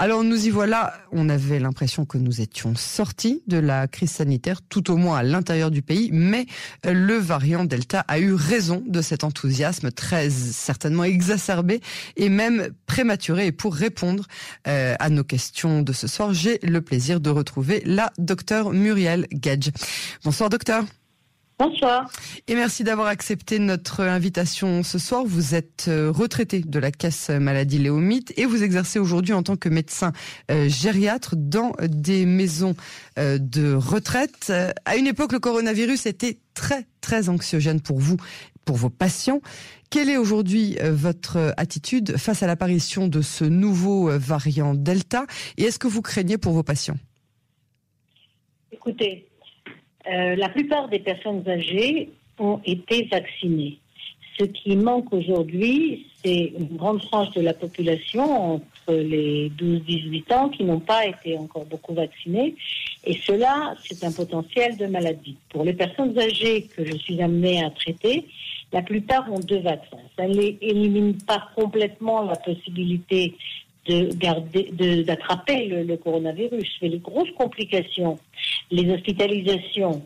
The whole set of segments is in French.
Alors nous y voilà, on avait l'impression que nous étions sortis de la crise sanitaire, tout au moins à l'intérieur du pays, mais le variant Delta a eu raison de cet enthousiasme très certainement exacerbé et même prématuré. Et pour répondre à nos questions de ce soir, j'ai le plaisir de retrouver la docteure Muriel Gedge. Bonsoir docteur. Bonsoir. Et merci d'avoir accepté notre invitation ce soir. Vous êtes retraité de la caisse maladie Léomite et vous exercez aujourd'hui en tant que médecin gériatre dans des maisons de retraite. À une époque, le coronavirus était très, très anxiogène pour vous, pour vos patients. Quelle est aujourd'hui votre attitude face à l'apparition de ce nouveau variant Delta et est-ce que vous craignez pour vos patients? Écoutez, la plupart des personnes âgées ont été vaccinées. Ce qui manque aujourd'hui, c'est une grande frange de la population entre les 12-18 ans qui n'ont pas été encore beaucoup vaccinées. Et cela, c'est un potentiel de maladie. Pour les personnes âgées que je suis amenée à traiter, la plupart ont 2 vaccins. Ça n'élimine pas complètement la possibilité d'attraper le coronavirus. Mais les grosses complications, les hospitalisations,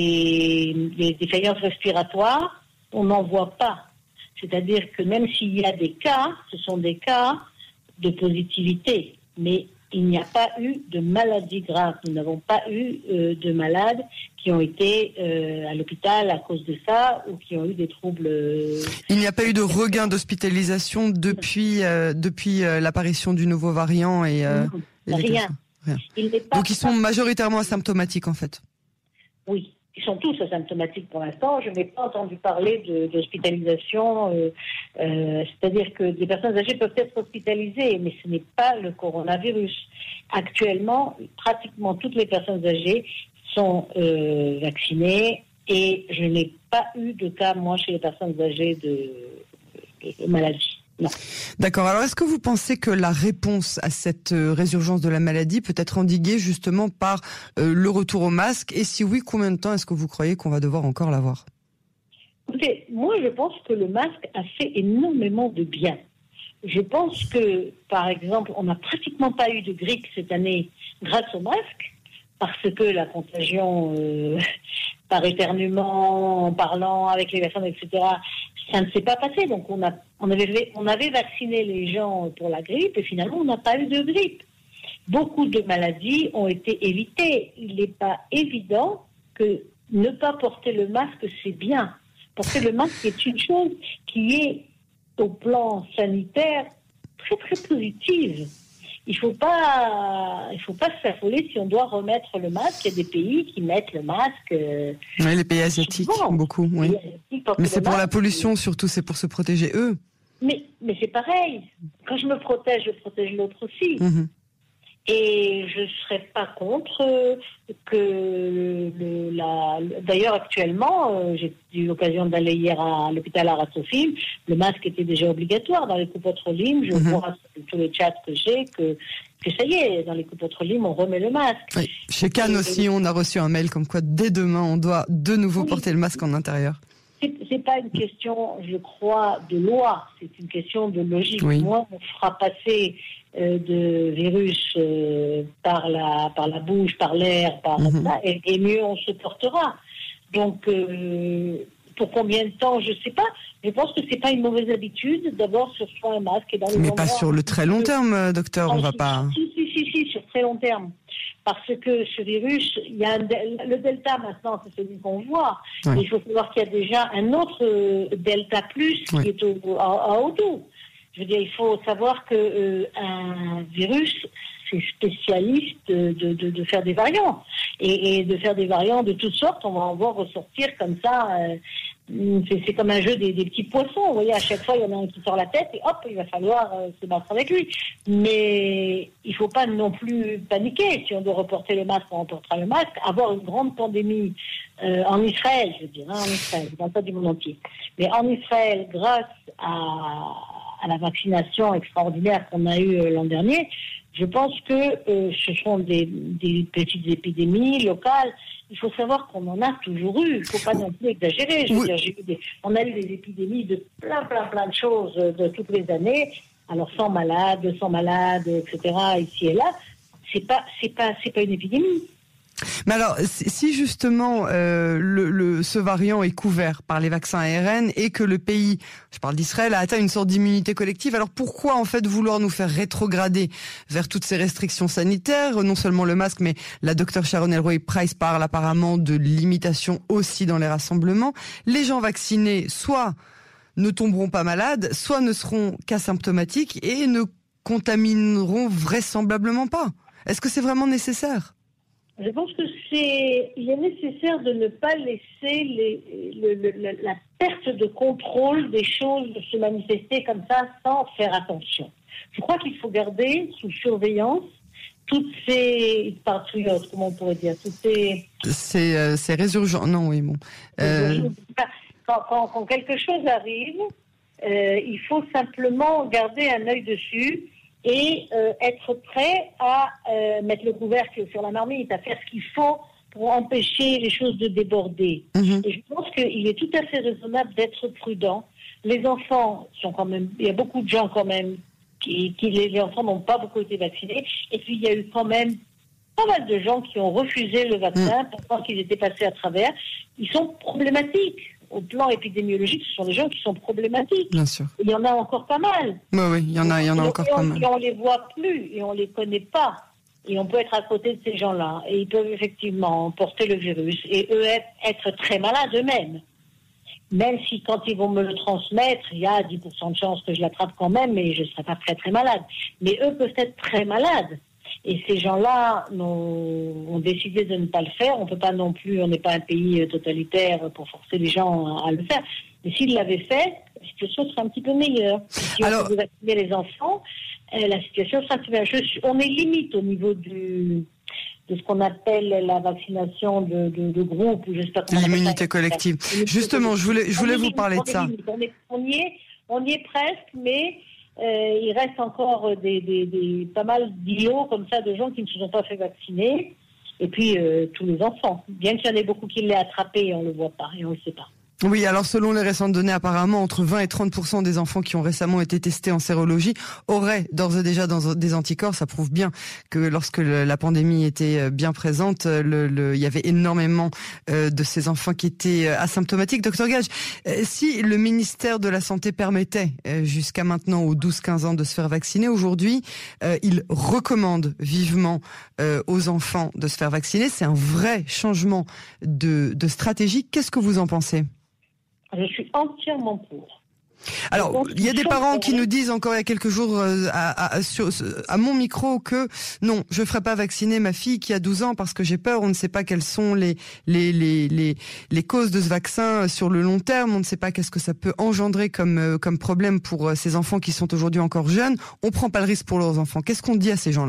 les défaillances respiratoires, on n'en voit pas. C'est-à-dire que même s'il y a des cas, ce sont des cas de positivité, mais il n'y a pas eu de maladie grave. Nous n'avons pas eu de malades qui ont été à l'hôpital à cause de ça ou qui ont eu des troubles. Il n'y a pas eu de regain d'hospitalisation depuis l'apparition du nouveau variant et rien. Donc ils sont majoritairement asymptomatiques en fait. Oui. Ils sont tous asymptomatiques pour l'instant. Je n'ai pas entendu parler d'hospitalisation. C'est-à-dire que des personnes âgées peuvent être hospitalisées, mais ce n'est pas le coronavirus. Actuellement, pratiquement toutes les personnes âgées sont vaccinées et je n'ai pas eu de cas, moi, chez les personnes âgées de maladie. Non. D'accord. Alors, est-ce que vous pensez que la réponse à cette résurgence de la maladie peut être endiguée justement par le retour au masque? Et si oui, combien de temps est-ce que vous croyez qu'on va devoir encore l'avoir? Écoutez, moi, je pense que le masque a fait énormément de bien. Je pense que, par exemple, on n'a pratiquement pas eu de grippe cette année grâce au masque, parce que la contagion par éternuement, en parlant avec les personnes, etc., ça ne s'est pas passé. Donc on avait vacciné les gens pour la grippe et finalement on n'a pas eu de grippe. Beaucoup de maladies ont été évitées. Il n'est pas évident que ne pas porter le masque, c'est bien. Porter le masque est une chose qui est, au plan sanitaire, très très positive. Il faut pas s'affoler si on doit remettre le masque. Il y a des pays qui mettent le masque. Oui, les pays asiatiques, beaucoup. Oui. Mais c'est pour la pollution surtout, c'est pour se protéger eux. Mais c'est pareil. Quand je me protège, je protège l'autre aussi. Mm-hmm. Et je ne serais pas contre que d'ailleurs actuellement, j'ai eu l'occasion d'aller hier à l'hôpital Arasofim, le masque était déjà obligatoire dans les coupottes-limes. Je vois sur tous les chats que j'ai que ça y est, dans les coupottes-limes, on remet le masque. Oui. Chez Cannes aussi, on a reçu un mail comme quoi dès demain, on doit de nouveau porter le masque en intérieur. C'est pas une question, je crois, de loi, c'est une question de logique. Oui. Moi, on fera passer de virus par la bouche, par l'air, par ça, et mieux on se portera. Donc, pour combien de temps, je sais pas. Je pense que c'est pas une mauvaise habitude. D'abord, sur soi un masque et dans les mais pas sur le très long terme, docteur. On va pas. Si, sur très long terme. Parce que ce virus, il y a le Delta maintenant, c'est celui qu'on voit. Oui. Il faut savoir qu'il y a déjà un autre Delta plus qui est à Odo. Je veux dire, il faut savoir que un virus, c'est spécialiste de faire des variants. Et de faire des variants de toutes sortes, on va en voir ressortir comme ça. C'est comme un jeu des petits poissons. Vous voyez, à chaque fois, il y en a un qui sort la tête et hop, il va falloir se battre avec lui. Mais il ne faut pas non plus paniquer. Si on doit reporter le masque, on reportera le masque. Avoir une grande pandémie en Israël, je dirais, en Israël, dans pas du monde entier. Mais en Israël, grâce à la vaccination extraordinaire qu'on a eue l'an dernier, je pense que ce sont des petites épidémies locales. Il faut savoir qu'on en a toujours eu. Il ne faut pas non plus exagérer. Je veux dire, on a eu des épidémies de plein de choses de toutes les années. Alors 100 malades, 200 malades, etc. ici et là, c'est pas une épidémie. Mais alors, si justement ce variant est couvert par les vaccins ARN et que le pays, je parle d'Israël, a atteint une sorte d'immunité collective, alors pourquoi en fait vouloir nous faire rétrograder vers toutes ces restrictions sanitaires? Non seulement le masque, mais la docteure Sharon Elroy-Price parle apparemment de limitation aussi dans les rassemblements. Les gens vaccinés, soit ne tomberont pas malades, soit ne seront qu'asymptomatiques et ne contamineront vraisemblablement pas. Est-ce que c'est vraiment nécessaire? Je pense que il est nécessaire de ne pas laisser la perte de contrôle des choses se manifester comme ça sans faire attention. Je crois qu'il faut garder sous surveillance toutes ces patriotes, comment on pourrait dire, toutes ces résurgents. Non, oui, bon. Quand quelque chose arrive, il faut simplement garder un œil dessus et être prêt à mettre le couvercle sur la marmite, à faire ce qu'il faut pour empêcher les choses de déborder. Et je pense qu'il est tout à fait raisonnable d'être prudent. Les enfants sont quand même... Il y a beaucoup de gens quand même les enfants n'ont pas beaucoup été vaccinés. Et puis il y a eu quand même pas mal de gens qui ont refusé le vaccin pensant qu'ils étaient passés à travers. Ils sont problématiques. Au plan épidémiologique, ce sont des gens qui sont problématiques. Bien sûr. Il y en a encore pas mal. Oui, il y en a encore pas mal. Et on les voit plus, et on les connaît pas. Et on peut être à côté de ces gens-là. Et ils peuvent effectivement porter le virus. Et eux être très malades eux-mêmes. Même si quand ils vont me le transmettre, il y a 10% de chance que je l'attrape quand même, mais je ne serai pas très très malade. Mais eux peuvent être très malades. Et ces gens-là ont décidé de ne pas le faire. On peut pas non plus, on n'est pas un pays totalitaire pour forcer les gens à le faire. Mais s'ils l'avaient fait, la situation serait un petit peu meilleure. Si on pouvait vacciner les enfants, la situation serait un petit peu meilleure. On est limite au niveau de ce qu'on appelle la vaccination de groupe. L'immunité collective. Justement, je voulais vous parler de ça. On y est presque, mais... il reste encore pas mal d'idiots comme ça, de gens qui ne se sont pas fait vacciner. Et puis tous les enfants. Bien qu'il y en ait beaucoup qui l'aient attrapé, on ne le voit pas et on ne le sait pas. Oui, alors selon les récentes données, apparemment, entre 20 et 30% des enfants qui ont récemment été testés en sérologie auraient d'ores et déjà des anticorps. Ça prouve bien que lorsque la pandémie était bien présente, il y avait énormément de ces enfants qui étaient asymptomatiques. Docteur Gage, si le ministère de la Santé permettait jusqu'à maintenant aux 12-15 ans de se faire vacciner, aujourd'hui, il recommande vivement aux enfants de se faire vacciner. C'est un vrai changement de stratégie. Qu'est-ce que vous en pensez ? Je suis entièrement pour. Alors, il y a des parents qui nous disent encore il y a quelques jours à mon micro que non, je ne ferai pas vacciner ma fille qui a 12 ans parce que j'ai peur, on ne sait pas quelles sont les causes de ce vaccin sur le long terme, on ne sait pas qu'est-ce que ça peut engendrer comme problème pour ces enfants qui sont aujourd'hui encore jeunes. On ne prend pas le risque pour leurs enfants. Qu'est-ce qu'on dit à ces gens-là ?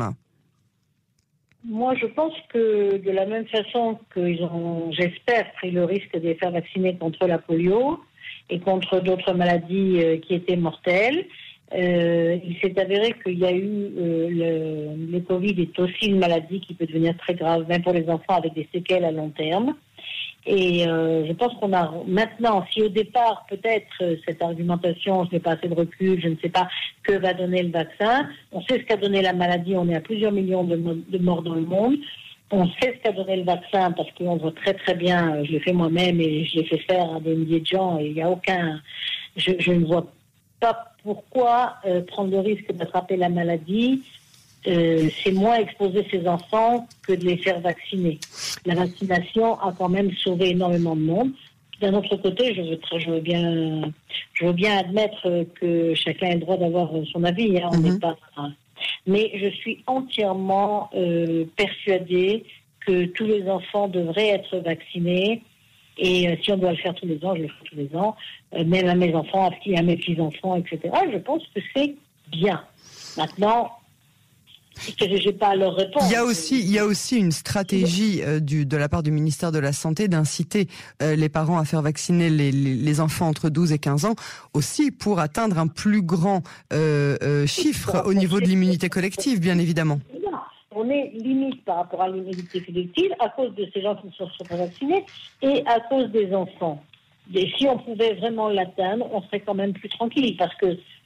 Moi, je pense que de la même façon qu'ils ont, j'espère, pris le risque de les faire vacciner contre la polio et contre d'autres maladies qui étaient mortelles, il s'est avéré qu'il y a eu le Covid est aussi une maladie qui peut devenir très grave, même pour les enfants avec des séquelles à long terme. Et je pense qu'on a maintenant, si au départ, peut-être, cette argumentation, je n'ai pas assez de recul, je ne sais pas que va donner le vaccin. On sait ce qu'a donné la maladie, on est à plusieurs millions de morts dans le monde. On sait ce qu'a donné le vaccin parce qu'on voit très très bien, je l'ai fait moi-même et je l'ai fait faire à des milliers de gens et il n'y a aucun... Je ne vois pas pourquoi prendre le risque d'attraper la maladie. C'est moins exposer ses enfants que de les faire vacciner. La vaccination a quand même sauvé énormément de monde. D'un autre côté, je veux bien admettre que chacun a le droit d'avoir son avis. On n'est pas. Mais je suis entièrement persuadée que tous les enfants devraient être vaccinés. Et si on doit le faire tous les ans, je le fais tous les ans. Même à mes enfants, à mes petits-enfants, etc. Je pense que c'est bien. Maintenant, j'ai pas à leur répondre. Il y a aussi une stratégie de la part du ministère de la Santé d'inciter les parents à faire vacciner les enfants entre 12 et 15 ans aussi pour atteindre un plus grand chiffre au niveau de l'immunité collective, bien évidemment. On est limite par rapport à l'immunité collective à cause de ces gens qui ne sont pas vaccinés et à cause des enfants. Et si on pouvait vraiment l'atteindre, on serait quand même plus tranquille parce que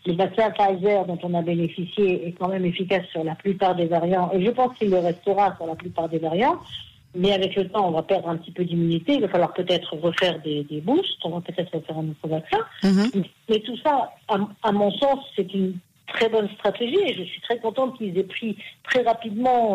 le vaccin Pfizer dont on a bénéficié est quand même efficace sur la plupart des variants, et je pense qu'il le restera sur la plupart des variants. Mais avec le temps, on va perdre un petit peu d'immunité. Il va falloir peut-être refaire des boosts. On va peut-être refaire un autre vaccin. Mais tout ça, à mon sens, c'est une très bonne stratégie. Et je suis très contente qu'ils aient pris très rapidement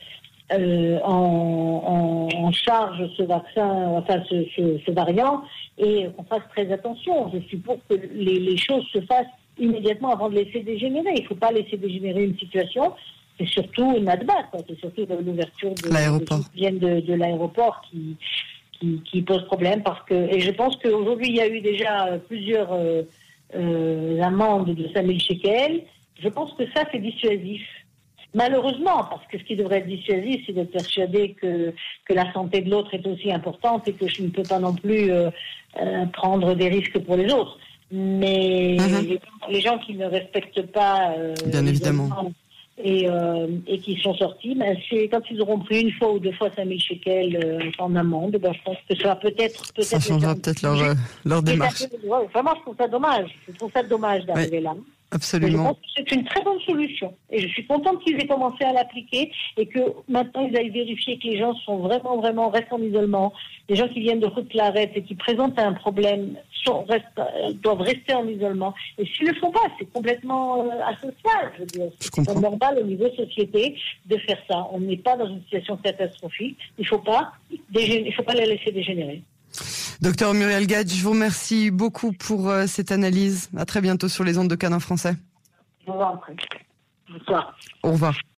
en charge ce vaccin, enfin ce variant, et qu'on fasse très attention. Je suis pour que les choses se fassent immédiatement avant de laisser dégénérer. Il ne faut pas laisser dégénérer une situation. C'est surtout Nadbat, c'est surtout l'ouverture de l'aéroport. De l'aéroport qui pose problème, parce que, et je pense qu'aujourd'hui il y a eu déjà plusieurs amendes de 5 000 shekels. Je pense que ça c'est dissuasif. Malheureusement, parce que ce qui devrait être dissuasif, c'est d'être persuadé que la santé de l'autre est aussi importante et que je ne peux pas non plus prendre des risques pour les autres. Mais les gens qui ne respectent pas bien évidemment et qui sont sortis, ben c'est quand ils auront pris une fois ou deux fois 5 000 shekels en amende, ben je pense que ça va peut-être ça changera peut-être leur démarche. Vraiment, je trouve ça dommage. Je trouve ça dommage d'arriver là. Absolument. Mais je pense que c'est une très bonne solution. Et je suis contente qu'ils aient commencé à l'appliquer et que maintenant ils aillent vérifier que les gens sont vraiment, restent en isolement. Les gens qui viennent de Haute-Clarette et qui présentent un problème doivent rester en isolement. Et s'ils ne le font pas, c'est complètement asocial. Je veux dire. C'est normal au niveau société de faire ça. On n'est pas dans une situation catastrophique. Il ne faut pas les laisser dégénérer. Docteur Muriel Gadj, je vous remercie beaucoup pour cette analyse. À très bientôt sur les ondes de Canin Français. Au revoir. Bonsoir. Au revoir.